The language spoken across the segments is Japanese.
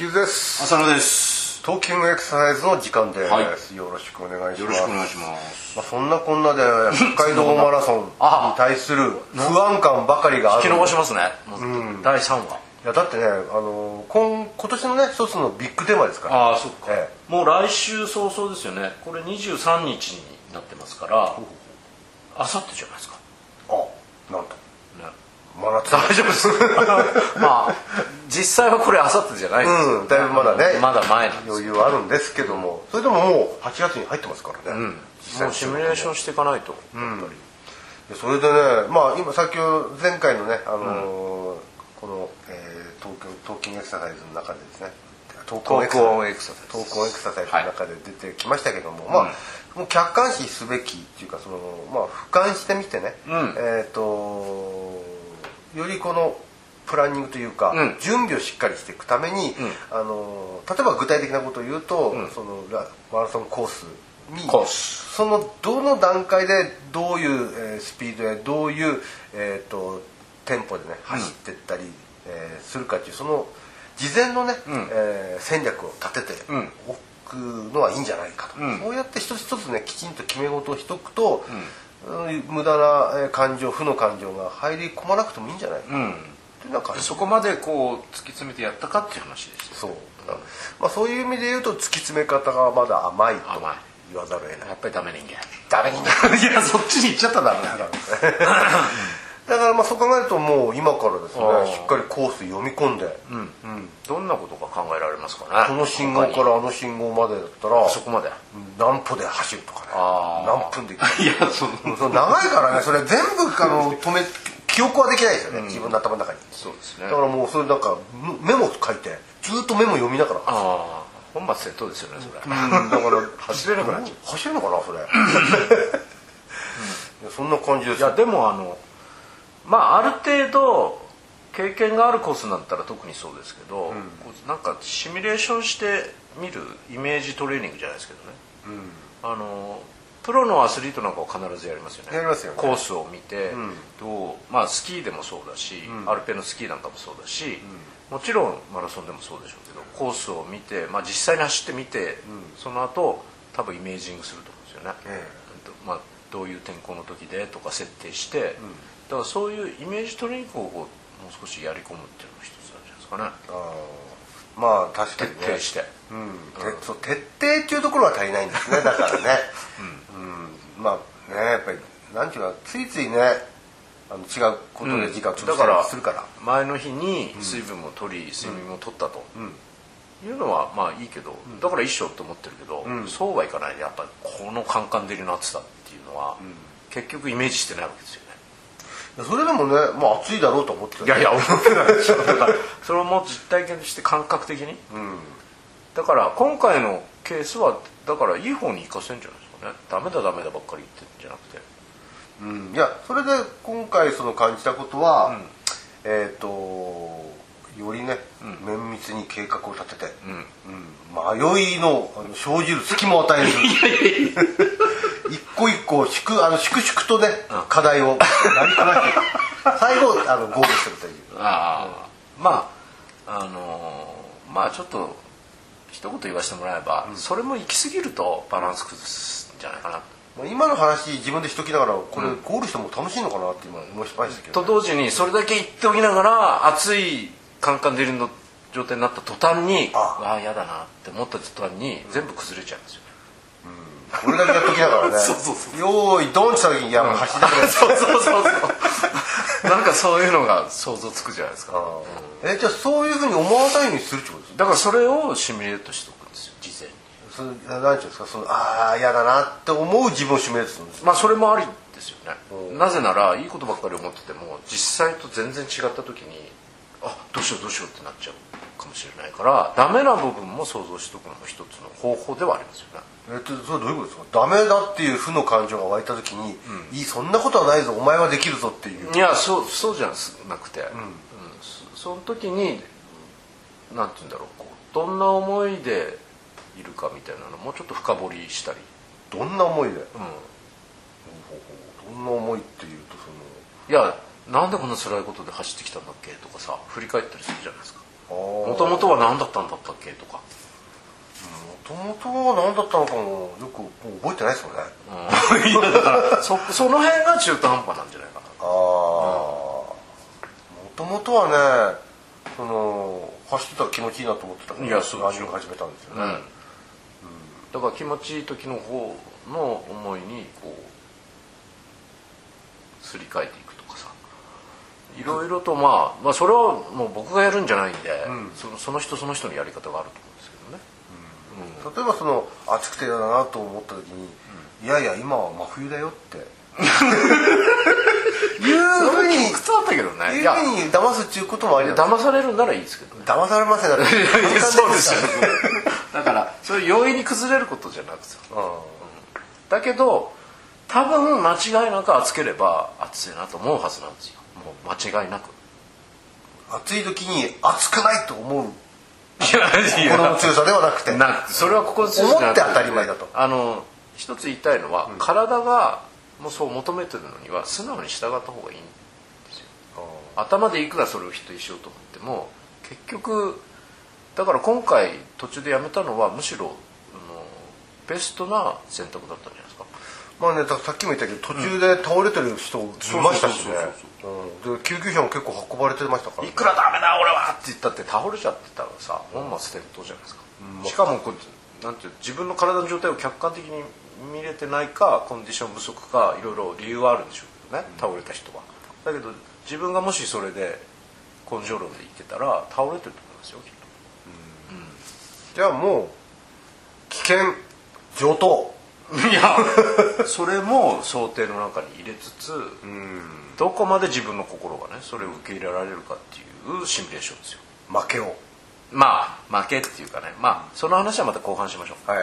ゆです。 浅野です。 トーキングエクササイズの時間です、 はい、 よろしくお願いします。 よろしくお願いします。 そんなこんなで北海道マラソンに対する不安感ばかりがある。 引き伸ばしますね、第3話。 いやだってね、今年のね一つのビッグテーマですから。 ああ、そっか、もう来週早々ですよね。これ23日になってますからあさってじゃないですか。 あ、なんとね、 真夏大丈夫ですまあ実際はこれあさってじゃないですよ、 だいぶまだね、 まだ前なんです。 余裕はあるんですけども、それでももう8月に入ってますからね、 もうシミュレーションしていかないと、 それでね、今さっき前回のね、この、トーキングエクササイズの中でですね、トークオンエクササイズの中で出てきましたけども、もう客観視すべきっていうか、俯瞰してみてね、よりこのプランニングというか、準備をしっかりしていくために、例えば具体的なことを言うと、そのマラソンコースにそのどの段階でどういう、スピードやどういう、テンポでね走っていったり、するかっていうその事前のね、戦略を立てておくのはいいんじゃないかと、そうやって一つ一つねきちんと決め事をしとくと、無駄な感情、負の感情が入り込まなくてもいいんじゃないかというような感じ。 そこまでこう突き詰めてやったかっていう話です。 そういう意味で言うと突き詰め方がまだ甘いと言わざるを得ない。 やっぱりダメ人間。 ダメ人間いや、そっちに行っちゃったらダメだだからそう考えるともう今からですね、しっかりコース読み込んで、 どんなことが考えられますかね。 この信号からあの信号までだったらそこまで何歩で走るとかね、何分で行く。 いや、 長いからね、それ全部記憶はできないですよね、自分の頭の中に。 そうですね。 だからもうそれなんかメモ書いてずっとメモ読みながら本末転倒ですよね、それ。 だから走れなくなっちゃう。 走るのかなそれそんな感じです。 いやでもある程度経験があるコースになったら特にそうですけど、なんかシミュレーションしてみるイメージトレーニングじゃないですけどね、プロのアスリートなんかは必ずやりますよね。 やりますよね。 コースを見て、スキーでもそうだし、アルペンのスキーなんかもそうだし、もちろんマラソンでもそうでしょうけど、コースを見て、実際に走ってみて、その後多分イメージングすると思うんですよね。どういう天候の時でとか設定して、だからそういうイメージトレーニングをもう少しやり込むっていうのが一つなんじゃないですかね。 確かにね、 徹底して、 徹底っていうところは足りないんですね。だからねやっぱりなんていうか、ついついね違うことで時間を潰したりするから、 前の日に水分も取り、睡眠も取ったというのはいいけど、だから一緒と思ってるけど、そうはいかないで、やっぱりこのカンカン照りの暑さっていうのは、結局イメージしてないわけですよね。 それでもね、暑いだろうと思ってた。 いや思ってないでしょ。だからそれをもう実体験として感覚的に、だから今回のケースはだからいい方に生かせるんじゃないですかね。ダメだばっかり言ってるんじゃなくて、 いやそれで今回感じたことは、よりね、綿密に計画を立てて、迷いの生じる隙も与えず一個一個粛々とね、課題をやりこなして最後ゴールするという。 ちょっと一言言わせてもらえば、それも行き過ぎるとバランス崩すんじゃないかな。 今の話自分でしときながら、これゴールしても楽しいのかなって今思いましたけど、 と同時にそれだけ言っておきながら熱いカンカン照りの状態になった途端に嫌だなって思った途端に全部崩れちゃうんですよ。 これだけやっときながらね用意ドンってした時に走りたくない。 なんかそういうのが想像つくじゃないですか。 じゃあそういうふうに思わないようにするってことですか。 だからそれをシミュレートしておくんですよ、事前に。 何ていうんですか、嫌だなって思う自分をシミュレートするんですよ。 それもありですよね。なぜならいいことばっかり思ってても実際と全然違った時にどうしようってなっちゃうかもしれないから、ダメな部分も想像しておくのも一つの方法ではありますよね。 それどういうことですか。ダメだっていう負の感情が湧いた時に、そんなことはないぞ、お前はできるぞっていう。 いやそうじゃなくて、その時になんて言うんだろう、どんな思いでいるかみたいなのをもうちょっと深掘りしたり。 どんな思いで、どんな思いっていうといやなんでこんな辛いことで走ってきたんだっけとかさ、振り返ったりするじゃないですか。もともとは何だったんだったっけとか。 もともとは何だったのかもよくもう覚えてないですもんね。 いやだからその辺が中途半端なんじゃないかな。 もともとはね、走ってたら気持ちいいなと思ってたから、ランニング始めたんですよね。 だから気持ちいい時の方の思いにこうすり替えていくとかさ、いろいろとまあそれはもう僕がやるんじゃないんで、その人その人のやり方があると思うんですけどね。 例えば暑くて嫌だなと思った時に、いやいや今は真冬だよっていうふうに極端だったけどね。 いうふうに騙すっていうこともありだ。 騙されるんならいいですけどね。 騙されませんだって。 そうですよね。だからそれ容易に崩れることじゃなくて、だけど多分間違いなく暑ければ暑いなと思うはずなんですよ。もう間違いなく。 暑い時に暑くないと思う心の強さではなくて、 それは心の強さじゃなくて、 思って当たり前だと。 一つ言いたいのは、体がもうそう求めてるのには素直に従った方がいいんですよ。頭でいくらそれを人にしようと思っても結局だから今回途中でやめたのはむしろベストな選択だったんじゃないですか。 まあね、さっきも言ったけど途中で倒れてる人いましたしね。救急車も結構運ばれてましたから、 いくらダメだ俺はって言ったって倒れちゃってたらさ本末転倒じゃないですか。しかもなんていう自分の体の状態を客観的に見れてないかコンディション不足かいろいろ理由はあるんでしょうけどね、倒れた人は。だけど自分がもしそれで根性論で言ってたら倒れてると思いますよきっと。 じゃあもう危険上等。 いやそれも想定の中に入れつつ、どこまで自分の心がねそれを受け入れられるかっていうシミュレーションですよ。 負けをまあ負けっていうかね、まあその話はまた後半しましょう。 はい。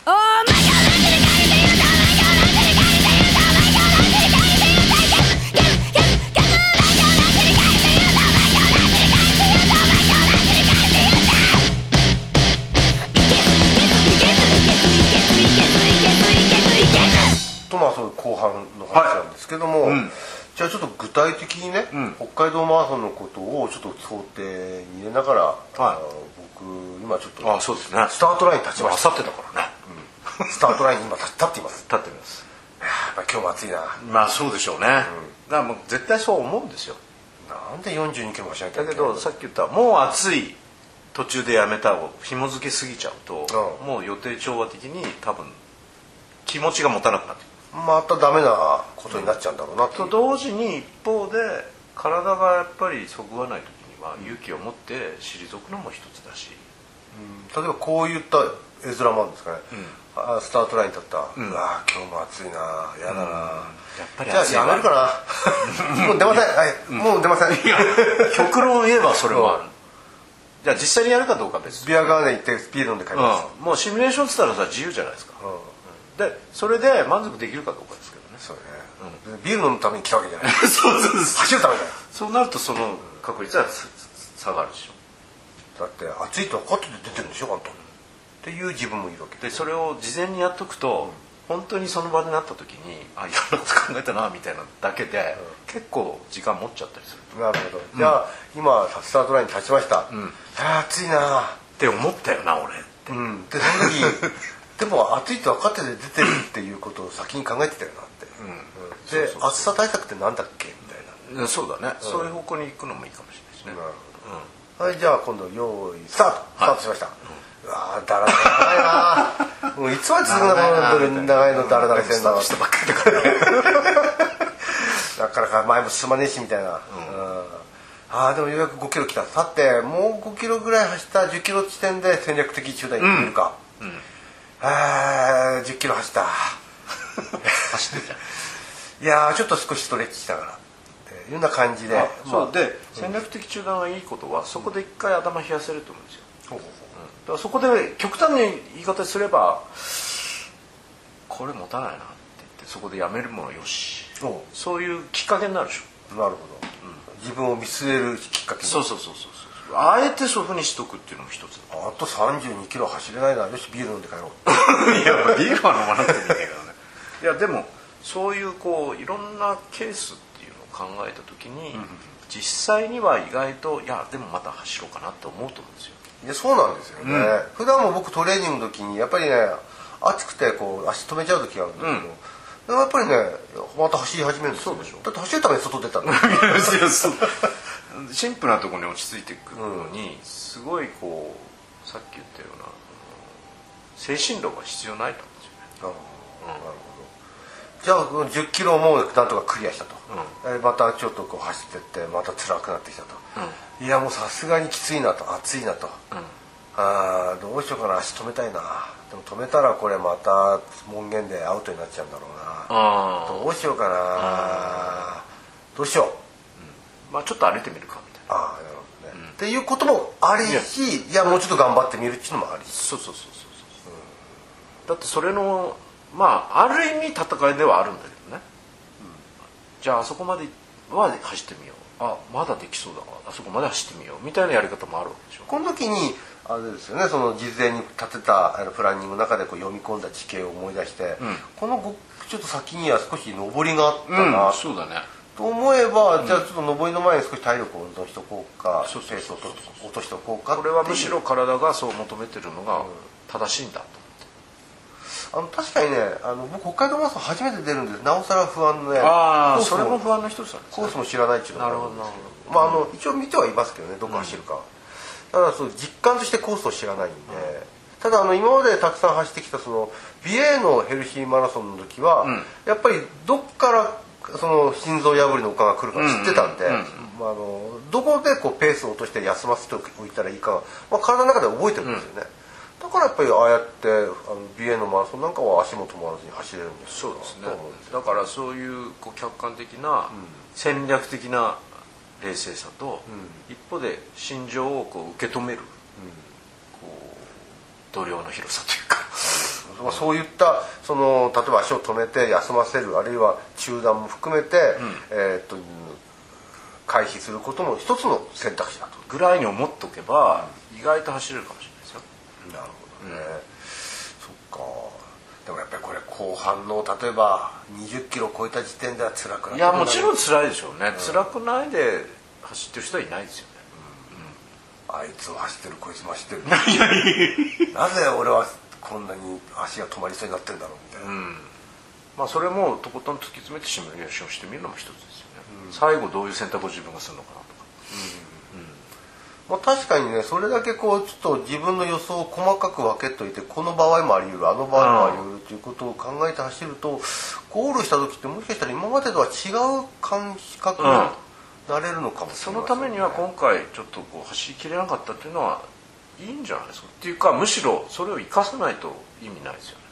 そういう後半の話なんですけども、じゃあちょっと具体的にね、北海道マラソンのことをちょっと想定に入れながら、僕今ちょっとそうですね、 スタートラインに立ちました。 明後日だからね、 スタートラインに今立っています。 立っています。 やっぱり今日も暑いな。 まあそうでしょうね。だからもう絶対そう思うんですよ。 なんで42キロもしなきゃいけない。 だけどさっき言ったもう暑い途中でやめたを紐付けすぎちゃうと、もう予定調和的に多分気持ちが持たなくなってくる。 またダメなことになっちゃうんだろうなと同時に一方で体がやっぱりそぐわない時には勇気を持って退くのも一つだし、 例えばこういった絵面もあるんですかね、スタートラインに立った、うわ今日も暑いな、やだな、 やっぱり暑いな、じゃあやめるかなもう出ません、はい、もう出ません極論を言えばそれもある。じゃあ実際にやるかどうか別にビアガーデン行ってビール飲んで帰ります、 もうシミュレーションって言ったらさ自由じゃないですか、でそれで満足できるかどうかですけどね。 そうね、ビール飲むために来たわけじゃないそう走るためだよ。 そうなるとその確率は下がるでしょ。だって暑いと分かってて出てるんでしょ、あんたっていう自分もいるわけで、それを事前にやっとくと、本当にその場になった時にいろんなこと考えたなみたいなだけで、結構時間持っちゃったりする。 なるほど。じゃあ、今スタートラインに立ちました、暑いなって思ったよな俺って、 でその時でも暑いと分かってて出てるっていうことを先に考えてたよなって、で暑さ対策ってなんだっけみたいな。 そうだね、そういう方向に行くのもいいかもしれないですね。 なるほど、はい、じゃあ今度用意スタート、スタートしました、うわーだらだら長いなもういつまで続くんだこの長いのだらだらしてんだ人ばっかりだからなかなか前も進まねえしみたいな、でもようやく5キロ来た。さてもう5キロぐらい走った10キロ地点で戦略的中断に出るか、10キロ走った走ってるじゃんいやちょっと少しストレッチしながらっていうような感じで、 そうで戦略的中断がいいことはそこで一回頭冷やせると思うんですよ。だからそこで極端に言い方すればこれ持たないなって言ってそこでやめるものよし、そういうきっかけになるでしょ。 なるほど、自分を見据えるきっかけに。 そうあえてそういうふうにしとくっていうのも一つ。 あと32キロ走れないな、よしビール飲んで帰ろういやビールは飲まなくてもいいんだけどねいやでもそういうこういろんなケースっていうのを考えた時に、 実際には意外といやでもまた走ろうかなって思うと思うんですよ。 いやそうなんですよね、普段も僕トレーニングの時にやっぱりね暑くてこう足止めちゃう時があるんだけど、でもやっぱりねまた走り始めるんですよ。 そうでしょ。 だって走るために外出たんだシンプルなところに落ち着いていくのに、すごいこうさっき言ったような精神論が必要ないと思うんですよね。 なるほど。じゃあ10キロもなんとかクリアしたと、またちょっとこう走ってってまた辛くなってきたと、いやもうさすがにきついなと暑いなと、どうしようかな足止めたいな、でも止めたらこれまた門限でアウトになっちゃうんだろうな、どうしようかな、どうしよう、 まあちょっと歩いてみるかみたいな。 なるほどね、っていうこともありし、いやもうちょっと頑張ってみるっていうのもありし、 そう、だってそれのまあある意味戦いではあるんだけどね、じゃああそこまでは走ってみよう、まだできそうだわ、あそこまで走ってみようみたいなやり方もあるわけでしょ。 この時にあれですよね、その事前に立てたプランニングの中でこう読み込んだ地形を思い出して、このちょっと先には少し上りがあったな、 そうだねと思えば、じゃあちょっと上りの前に少し体力を運動しておこうか、ペースを落としておこうか、 これはむしろ体がそう求めてるのが正しいんだと思って、確かにね僕北海道マラソン初めて出るんです。なおさら不安で、 それも不安の一つなんですね。 コースも知らないっていうのがあるんですけど、一応見てはいますけどね、どこ走るか、ただそう実感としてコースを知らないんで、ただ今までたくさん走ってきたその美瑛のヘルシーマラソンの時は、やっぱりどっからその心臓破りの丘が来るか知ってたんで、どこでこうペースを落として休ませておいたらいいか、体の中で覚えてるんですよね、だからやっぱりああやって美瑛のマラソンなんかは足も止まらずに走れるんです。 そうですね。だからそういうこう客観的な戦略的な冷静さと、一方で心情をこう受け止める、こう度量の広さというか、 そういったその例えば足を止めて休ませる、あるいは中断も含めて、回避することも一つの選択肢だとぐらいに思っとけば、意外と走れるかもしれないですよ。 なるほどね、そっか。でもやっぱりこれ後半の例えば20キロ超えた時点では辛くなって、 いやもちろん辛いでしょうね、辛くないで走ってる人はいないですよね、 あいつは走ってるこいつも走ってるなぜ俺はこんなに足が止まりそうになってるんだろうみたいな、 それもとことん突き詰めてシミュレーションしてみるのも一つですよね、最後どういう選択を自分がするのかなとか、 確かにね、それだけこうちょっと自分の予想を細かく分けといて、この場合もあり得る、あの場合もあり得るということを考えて走ると、ゴールした時ってもしかしたら今までとは違う感覚になれるのかもしれない、 そのためには今回ちょっとこう走りきれなかったっていうのはいいんじゃないですかっていうか、むしろそれを生かさないと意味ないですよ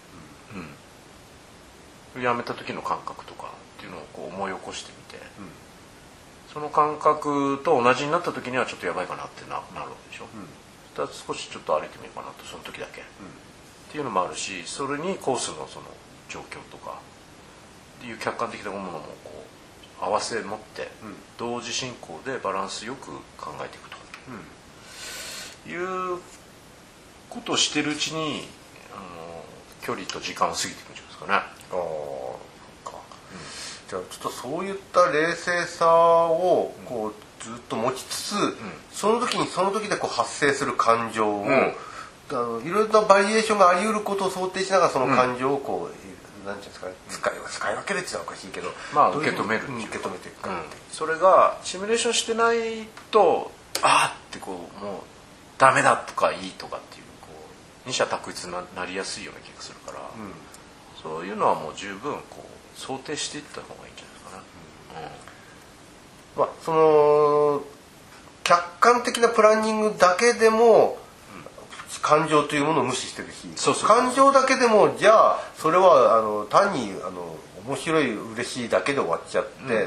ね、やめた時の感覚とかっていうのをこう思い起こしてみて、その感覚と同じになった時にはちょっとやばいかなってなるわけでしょ、だから少しちょっと歩いてみようかなと、その時だけ、っていうのもあるし、それにコースのその状況とかっていう客観的なものもこう合わせ持って、同時進行でバランスよく考えていくと、いうことをしてるうちに距離と時間を過ぎていくんじゃないですかね。 じゃあちょっとそういった冷静さをこうずっと持ちつつ、その時にその時でこう発生する感情を、いろいろなバリエーションがあり得ることを想定しながらその感情をこう、なんていうんですかね、使い分けるっていうのはおかしいけど、 受け止める、 受け止めていくか、 それがシミュレーションしてないとってこうもうダメだとかいいとかっていうこう二者択一になりやすいような気がするから、そういうのはもう十分こう想定していった方がいいんじゃないですかね。 その客観的なプランニングだけでも、感情というものを無視してるし、感情だけでもじゃあそれは単に面白い嬉しいだけで終わっちゃって、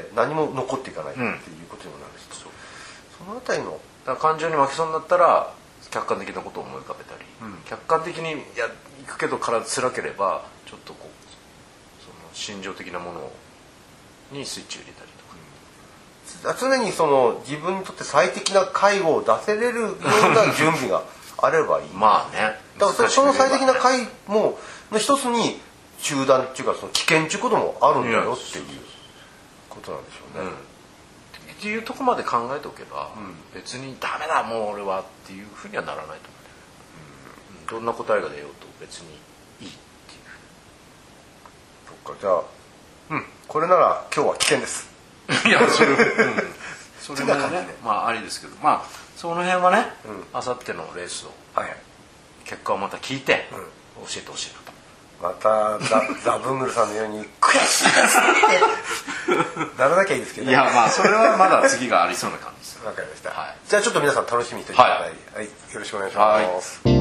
何も残っていかないっていうことにもなるし、そのあたりのだから感情に負けそうになったら客観的なことを思い浮かべたり、客観的に行くけど体辛ければちょっとこうその心情的なものにスイッチを入れたりとか、 常にその自分にとって最適な回を出せれるような準備があればいいまあね、 だからその最適な回もの一つに中断っていうかその危険っていうこともあるんだよっていうことなんでしょうね、 っていうところまで考えておけば、別にダメだもう俺はっていうふうにはならないと思う、どんな答えが出ようと別にいいっていう。 そっか、じゃあこれなら今日は危険です。 いやそれもね、まあありですけど、まあその辺はね、あさってのレースを、結果をまた聞いて、教えてほしいなと。 またザ・ブングルさんのように悔しいってならなきゃいいですけどね。 いやまあそれはまだ次がありそうな感じです。 わかりました、じゃあちょっと皆さん楽しみにしていただいて、よろしくお願いします。